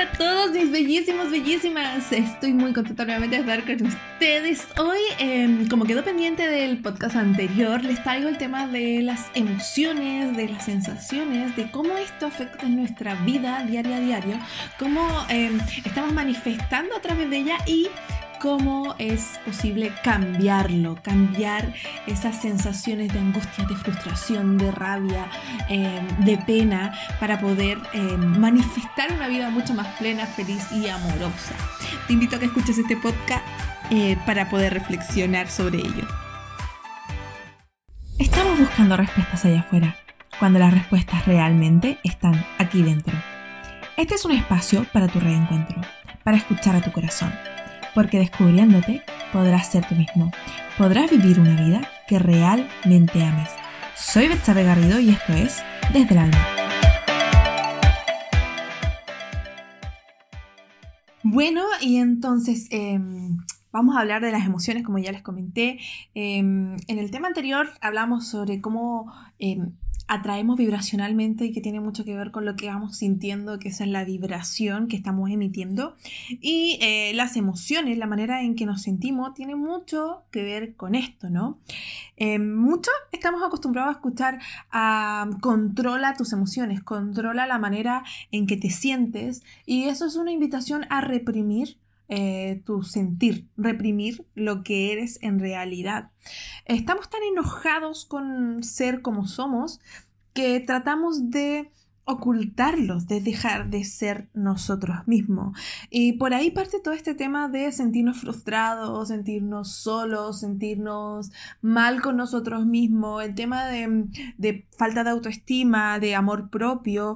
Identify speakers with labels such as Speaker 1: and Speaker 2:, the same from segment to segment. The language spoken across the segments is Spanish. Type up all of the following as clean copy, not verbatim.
Speaker 1: Hola a todos mis bellísimos, bellísimas. Estoy muy contenta nuevamente de estar con ustedes. Hoy, como quedó pendiente del podcast anterior, les traigo el tema de las emociones, de las sensaciones, de cómo esto afecta en nuestra vida diaria a diario, cómo estamos manifestando a través de ella y cómo es posible cambiar esas sensaciones de angustia, de frustración, de rabia, de pena, para poder manifestar una vida mucho más plena, feliz y amorosa. Te invito a que escuches este podcast para poder reflexionar sobre ello. Estamos buscando respuestas allá afuera, cuando las respuestas realmente están aquí dentro. Este es un espacio para tu reencuentro, para escuchar a tu corazón. Porque descubriéndote, podrás ser tú mismo. Podrás vivir una vida que realmente ames. Soy Betsabe Garrido y esto es Desde el Alma. Bueno, y entonces vamos a hablar de las emociones, como ya les comenté. En el tema anterior hablamos sobre cómo atraemos vibracionalmente y que tiene mucho que ver con lo que vamos sintiendo, que esa es la vibración que estamos emitiendo. Y las emociones, la manera en que nos sentimos, tiene mucho que ver con esto, ¿no? Mucho estamos acostumbrados a escuchar controla tus emociones, controla la manera en que te sientes, y eso es una invitación a reprimir tu sentir, reprimir lo que eres en realidad. Estamos tan enojados con ser como somos que tratamos de ocultarlos, de dejar de ser nosotros mismos. Y por ahí parte todo este tema de sentirnos frustrados, sentirnos solos, sentirnos mal con nosotros mismos, el tema de falta de autoestima, de amor propio,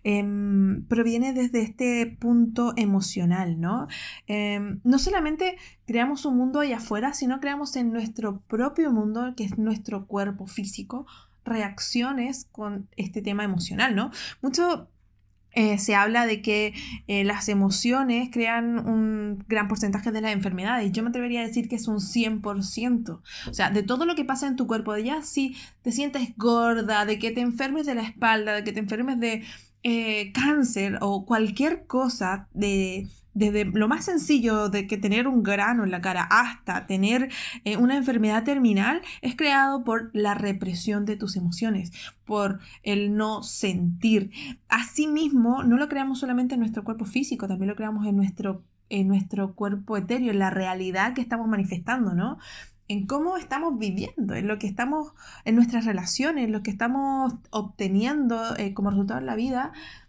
Speaker 1: proviene desde este punto emocional, ¿no? No solamente creamos un mundo allá afuera, sino creamos en nuestro propio mundo, que es nuestro cuerpo físico, reacciones con este tema emocional, ¿no? Mucho se habla de que las emociones crean un gran porcentaje de las enfermedades. Yo me atrevería a decir que es un 100%. O sea, de todo lo que pasa en tu cuerpo, de ya si te sientes gorda, de que te enfermes de la espalda, de que te enfermes de cáncer o cualquier cosa, desde lo más sencillo de que tener un grano en la cara hasta tener una enfermedad terminal, es creado por la represión de tus emociones, por el no sentir. Asimismo, no lo creamos solamente en nuestro cuerpo físico, también lo creamos en nuestro cuerpo etéreo, en la realidad que estamos manifestando, ¿no? En cómo estamos viviendo, en lo que estamos, en nuestras relaciones, en lo que estamos obteniendo como resultado en la vida.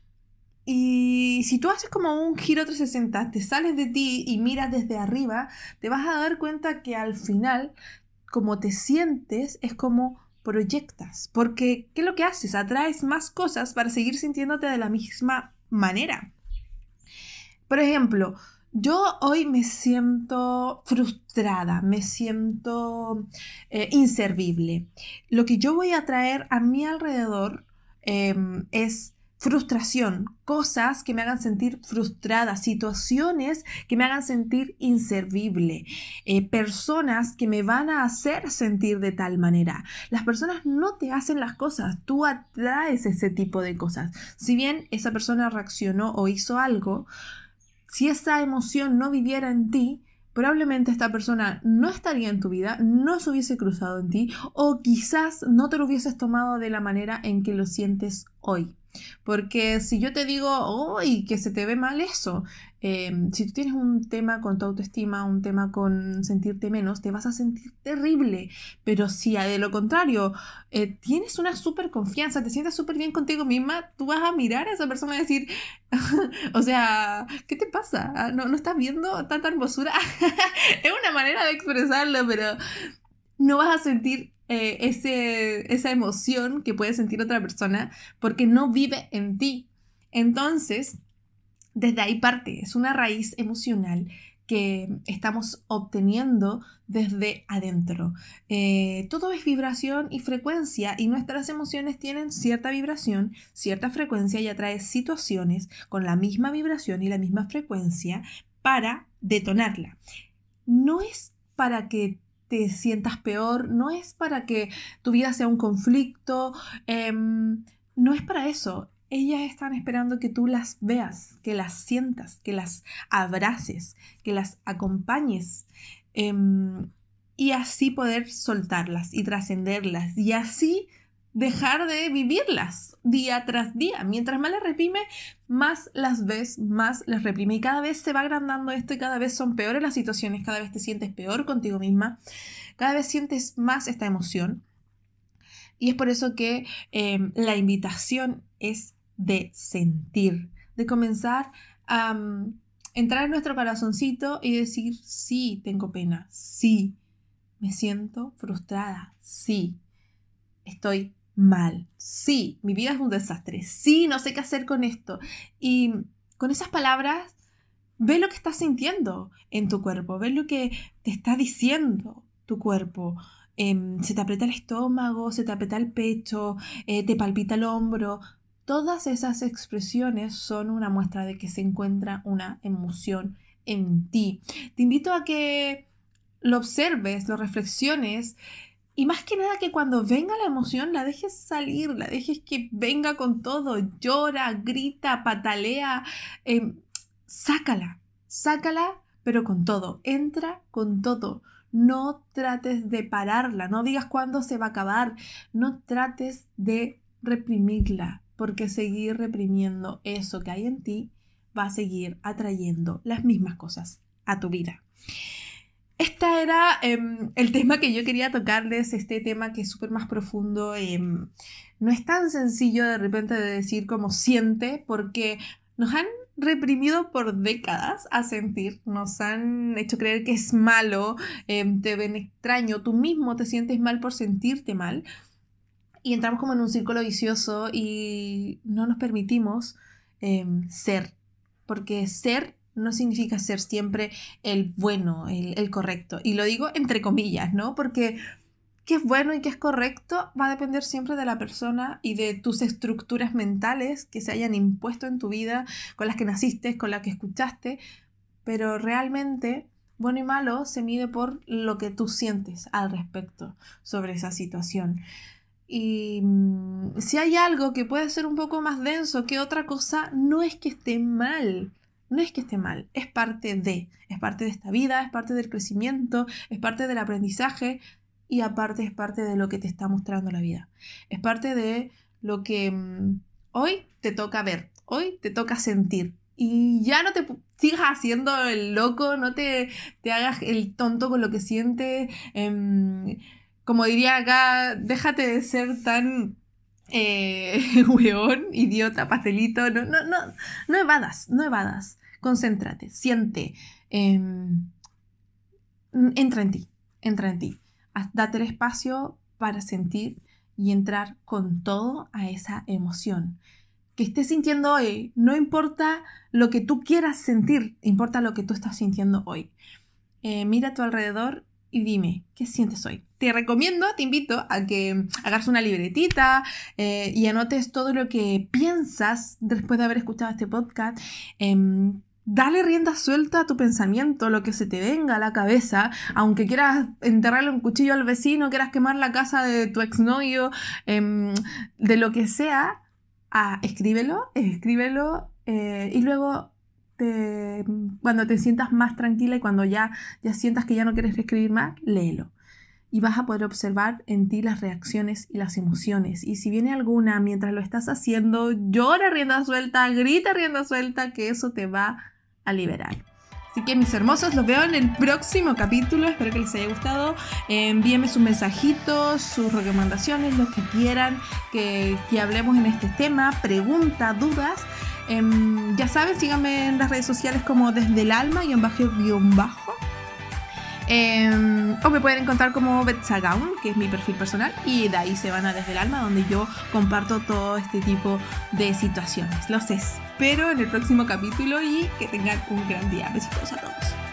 Speaker 1: Y si tú haces como un giro 360, te sales de ti y miras desde arriba, te vas a dar cuenta que al final, como te sientes, es como proyectas. Porque, ¿qué es lo que haces? Atraes más cosas para seguir sintiéndote de la misma manera. Por ejemplo, yo hoy me siento frustrada, me siento inservible. Lo que yo voy a traer a mi alrededor es frustración, cosas que me hagan sentir frustrada, situaciones que me hagan sentir inservible, personas que me van a hacer sentir de tal manera. Las personas no te hacen las cosas, tú atraes ese tipo de cosas. Si bien esa persona reaccionó o hizo algo, si esa emoción no viviera en ti, probablemente esta persona no estaría en tu vida, no se hubiese cruzado en ti, o quizás no te lo hubieses tomado de la manera en que lo sientes hoy. Porque si yo te digo, ¡uy, que se te ve mal eso! Si tú tienes un tema con tu autoestima, un tema con sentirte menos, te vas a sentir terrible. Pero si de lo contrario, tienes una súper confianza, te sientes súper bien contigo misma, tú vas a mirar a esa persona y decir, o sea, ¿qué te pasa? ¿No estás viendo tanta hermosura? Es una manera de expresarlo, pero no vas a sentir esa emoción que puede sentir otra persona porque no vive en ti. Entonces, desde ahí parte, es una raíz emocional que estamos obteniendo desde adentro. Todo es vibración y frecuencia, y nuestras emociones tienen cierta vibración, cierta frecuencia, y atrae situaciones con la misma vibración y la misma frecuencia para detonarla. No es para que te sientas peor, no es para que tu vida sea un conflicto, no es para eso. ellas están esperando que tú las veas, que las sientas, que las abraces, que las acompañes, y así poder soltarlas y trascenderlas y así dejar de vivirlas día tras día. Mientras más las reprime, más las ves, más las reprime. Y cada vez se va agrandando esto y cada vez son peores las situaciones, cada vez te sientes peor contigo misma, cada vez sientes más esta emoción. Y es por eso que la invitación es de sentir, de comenzar a entrar en nuestro corazoncito y decir, sí, tengo pena, sí, me siento frustrada, sí, estoy mal, sí, mi vida es un desastre, sí, no sé qué hacer con esto. Y con esas palabras, ve lo que estás sintiendo en tu cuerpo, ve lo que te está diciendo tu cuerpo. Se te aprieta el estómago, se te aprieta el pecho, te palpita el hombro. Todas esas expresiones son una muestra de que se encuentra una emoción en ti. Te invito a que lo observes, lo reflexiones y más que nada que cuando venga la emoción la dejes salir, la dejes que venga con todo, llora, grita, patalea, sácala, pero con todo, entra con todo. No trates de pararla, no digas cuándo se va a acabar, no trates de reprimirla, porque seguir reprimiendo eso que hay en ti va a seguir atrayendo las mismas cosas a tu vida. Este era el tema que yo quería tocarles, este tema que es súper más profundo. No es tan sencillo de repente de decir como siente, porque nos han reprimido por décadas a sentir, nos han hecho creer que es malo, te ven extraño, tú mismo te sientes mal por sentirte mal y entramos como en un círculo vicioso y no nos permitimos ser, porque ser no significa ser siempre el bueno, el correcto, y lo digo entre comillas, ¿no? Porque qué es bueno y qué es correcto va a depender siempre de la persona y de tus estructuras mentales que se hayan impuesto en tu vida, con las que naciste, con las que escuchaste, pero realmente bueno y malo se mide por lo que tú sientes al respecto sobre esa situación. Y si hay algo que puede ser un poco más denso que otra cosa, no es que esté mal. No es que esté mal, es parte de esta vida, es parte del crecimiento, es parte del aprendizaje y aparte es parte de lo que te está mostrando la vida. Es parte de lo que hoy te toca ver, hoy te toca sentir. Y ya no te sigas haciendo el loco, no te hagas el tonto con lo que sientes. Como diría acá, déjate de ser tan weón, idiota, pastelito. No evadas. Concéntrate, siente, entra en ti. Date el espacio para sentir y entrar con todo a esa emoción que estés sintiendo hoy. No importa lo que tú quieras sentir, importa lo que tú estás sintiendo hoy. Mira a tu alrededor y dime, ¿qué sientes hoy? Te invito a que agarres una libretita y anotes todo lo que piensas después de haber escuchado este podcast. Dale rienda suelta a tu pensamiento, lo que se te venga a la cabeza, aunque quieras enterrarle un cuchillo al vecino, quieras quemar la casa de tu exnovio, de lo que sea, escríbelo y luego cuando te sientas más tranquila y cuando ya sientas que ya no quieres escribir más, léelo. Y vas a poder observar en ti las reacciones y las emociones. Y si viene alguna mientras lo estás haciendo, llora rienda suelta, grita rienda suelta, que eso te va a liberar. Así que mis hermosos, los veo en el próximo capítulo. Espero que les haya gustado. Envíenme sus mensajitos, sus recomendaciones, lo que quieran que hablemos en este tema, preguntas, dudas. Ya saben, síganme en las redes sociales como Desde el Alma __ o me pueden encontrar como Betsagaun, que es mi perfil personal, y de ahí se van a Desde el Alma, donde yo comparto todo este tipo de situaciones. Los espero en el próximo capítulo y que tengan un gran día. Besitos a todos.